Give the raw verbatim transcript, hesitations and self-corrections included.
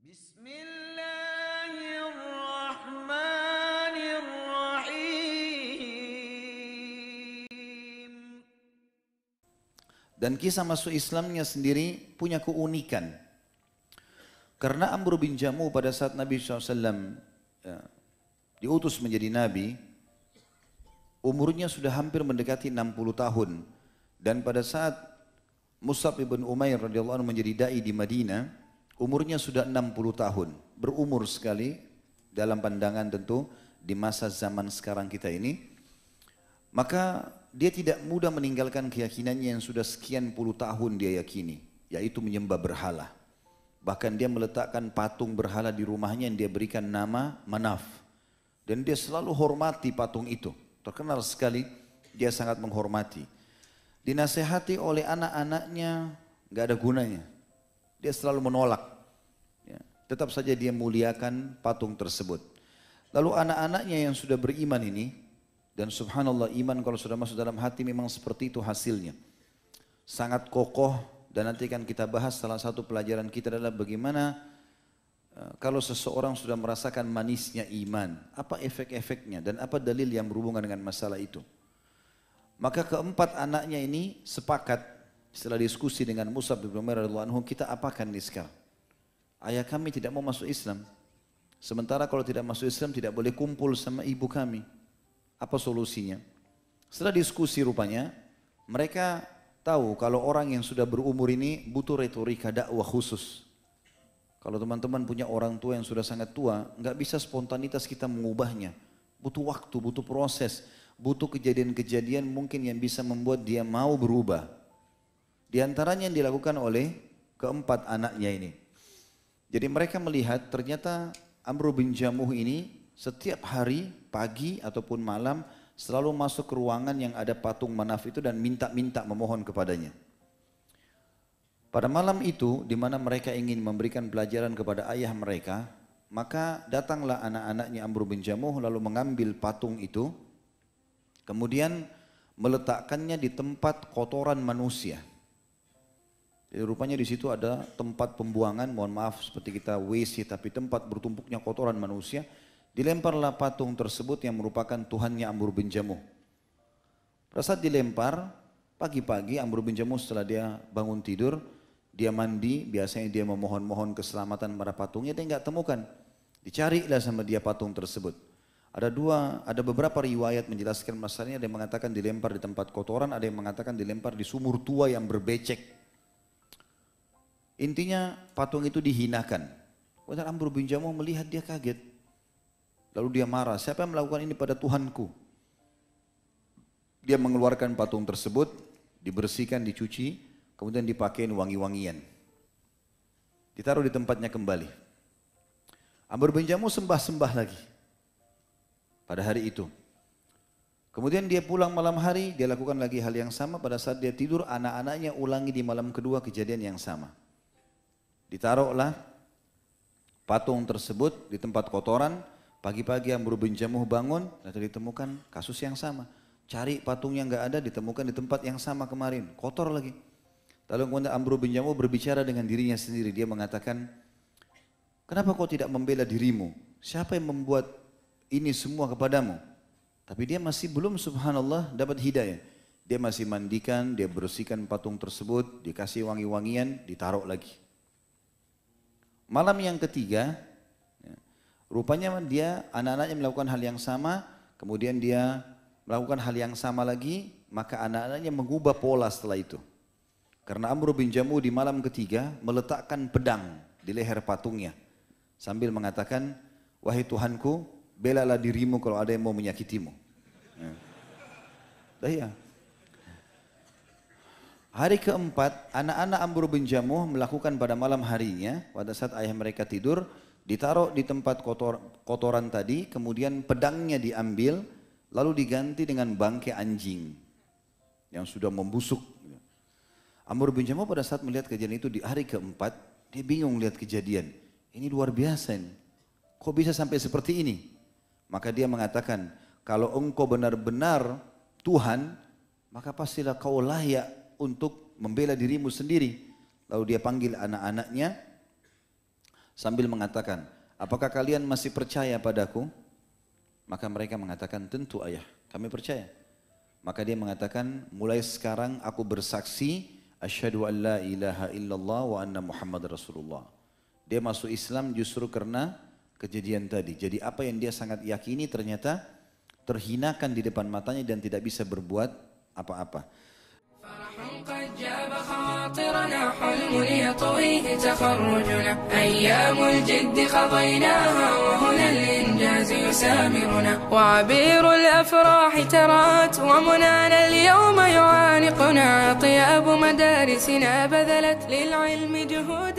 Bismillahirrahmanirrahim. Dan kisah masuk Islamnya sendiri punya keunikan. Karena Amr bin Jamuh pada saat Nabi shallallahu alaihi wasallam ya, diutus menjadi Nabi, umurnya sudah hampir mendekati enam puluh tahun. Dan pada saat Mus'ab ibn Umair radhiyallahu anhu menjadi dai di Madinah, umurnya sudah enam puluh tahun. Berumur sekali dalam pandangan tentu di masa zaman sekarang kita ini. Maka dia tidak mudah meninggalkan keyakinannya yang sudah sekian puluh tahun dia yakini, yaitu menyembah berhala. Bahkan dia meletakkan patung berhala di rumahnya yang dia berikan nama Manaf. Dan dia selalu hormati patung itu. Terkenal sekali, dia sangat menghormati. Dinasehati oleh anak-anaknya, gak ada gunanya. Dia selalu menolak. Ya, tetap saja dia muliakan patung tersebut. Lalu anak-anaknya yang sudah beriman ini, dan subhanallah iman kalau sudah masuk dalam hati memang seperti itu hasilnya. Sangat kokoh, dan nanti akan kita bahas salah satu pelajaran kita adalah bagaimana uh, kalau seseorang sudah merasakan manisnya iman, apa efek-efeknya dan apa dalil yang berhubungan dengan masalah itu. Maka keempat anaknya ini sepakat setelah diskusi dengan Mus'ab bin Umair radhiyallahu anhu, kita apakan nih sekarang? Ayah kami tidak mau masuk Islam. Sementara kalau tidak masuk Islam tidak boleh kumpul sama ibu kami. Apa solusinya? Setelah diskusi rupanya, mereka tahu kalau orang yang sudah berumur ini butuh retorika dakwah khusus. Kalau teman-teman punya orang tua yang sudah sangat tua, nggak bisa spontanitas kita mengubahnya. Butuh waktu, butuh proses, butuh kejadian-kejadian mungkin yang bisa membuat dia mau berubah. Di antaranya yang dilakukan oleh keempat anaknya ini. Jadi mereka melihat ternyata Amr bin Jamuh ini setiap hari, pagi ataupun malam selalu masuk ke ruangan yang ada patung Manaf itu dan minta-minta memohon kepadanya. Pada malam itu di mana mereka ingin memberikan pelajaran kepada ayah mereka, maka datanglah anak-anaknya Amr bin Jamuh lalu mengambil patung itu, kemudian meletakkannya di tempat kotoran manusia. Jadi rupanya di situ ada tempat pembuangan, mohon maaf seperti kita W C tapi tempat bertumpuknya kotoran manusia. Dilemparlah patung tersebut yang merupakan Tuhannya Amr bin Jamuh. Pada saat dilempar, pagi-pagi Amr bin Jamuh setelah dia bangun tidur, dia mandi, biasanya dia memohon-mohon keselamatan pada patungnya, dia nggak temukan. Dicarilah sama dia patung tersebut. Ada dua, ada beberapa riwayat menjelaskan masalahnya, ada yang mengatakan dilempar di tempat kotoran, ada yang mengatakan dilempar di sumur tua yang berbecek. Intinya patung itu dihinakan. Kemudian Amr bin Jamuh melihat, dia kaget. Lalu dia marah, siapa yang melakukan ini pada Tuhanku? Dia mengeluarkan patung tersebut, dibersihkan, dicuci, kemudian dipakai wangi-wangian. Ditaruh di tempatnya kembali. Amr bin Jamuh sembah-sembah lagi pada hari itu. Kemudian dia pulang malam hari, dia lakukan lagi hal yang sama. Pada saat dia tidur, anak-anaknya ulangi di malam kedua kejadian yang sama. Ditaruhlah patung tersebut di tempat kotoran. Pagi-pagi Amr bin Jamuh bangun, lalu ditemukan kasus yang sama. Cari patungnya nggak ada, ditemukan di tempat yang sama kemarin, kotor lagi. Lalu kemudian Amr bin Jamuh berbicara dengan dirinya sendiri. Dia mengatakan, kenapa kau tidak membela dirimu? Siapa yang membuat ini semua kepadamu? Tapi dia masih belum subhanallah dapat hidayah. Dia masih mandikan, dia bersihkan patung tersebut, dikasih wangi-wangian, ditaruh lagi. Malam yang ketiga, rupanya dia, anak-anaknya melakukan hal yang sama, kemudian dia melakukan hal yang sama lagi, maka anak-anaknya mengubah pola setelah itu. Karena Amr bin Jamuh di malam ketiga meletakkan pedang di leher patungnya, sambil mengatakan, wahai Tuhanku, belalah dirimu kalau ada yang mau menyakitimu. Ya. Dah ya. Hari keempat, anak-anak Amr bin Jamuh melakukan pada malam harinya, pada saat ayah mereka tidur, ditaruh di tempat kotor, kotoran tadi, kemudian pedangnya diambil, lalu diganti dengan bangkai anjing yang sudah membusuk. Amr bin Jamuh pada saat melihat kejadian itu di hari keempat, dia bingung lihat kejadian. Ini luar biasa ini. Kok bisa sampai seperti ini? Maka dia mengatakan, kalau engkau benar-benar Tuhan, maka pastilah kau layak untuk membela dirimu sendiri. Lalu dia panggil anak-anaknya, sambil mengatakan, apakah kalian masih percaya padaku? Maka mereka mengatakan, tentu ayah, kami percaya. Maka dia mengatakan, mulai sekarang aku bersaksi, asyhadu an la ilaha illallah wa anna Muhammad Rasulullah. Dia masuk Islam justru karena kejadian tadi. Jadi apa yang dia sangat yakini ternyata terhinakan di depan matanya dan tidak bisa berbuat apa-apa. قد جاب خواطرنا حلم يطويه تخرجنا أيام الجد قضيناها وهنا الإنجاز يسامرنا وعبير الأفراح ترات ومنانا اليوم يعانقنا طياب مدارسنا بذلت للعلم جهود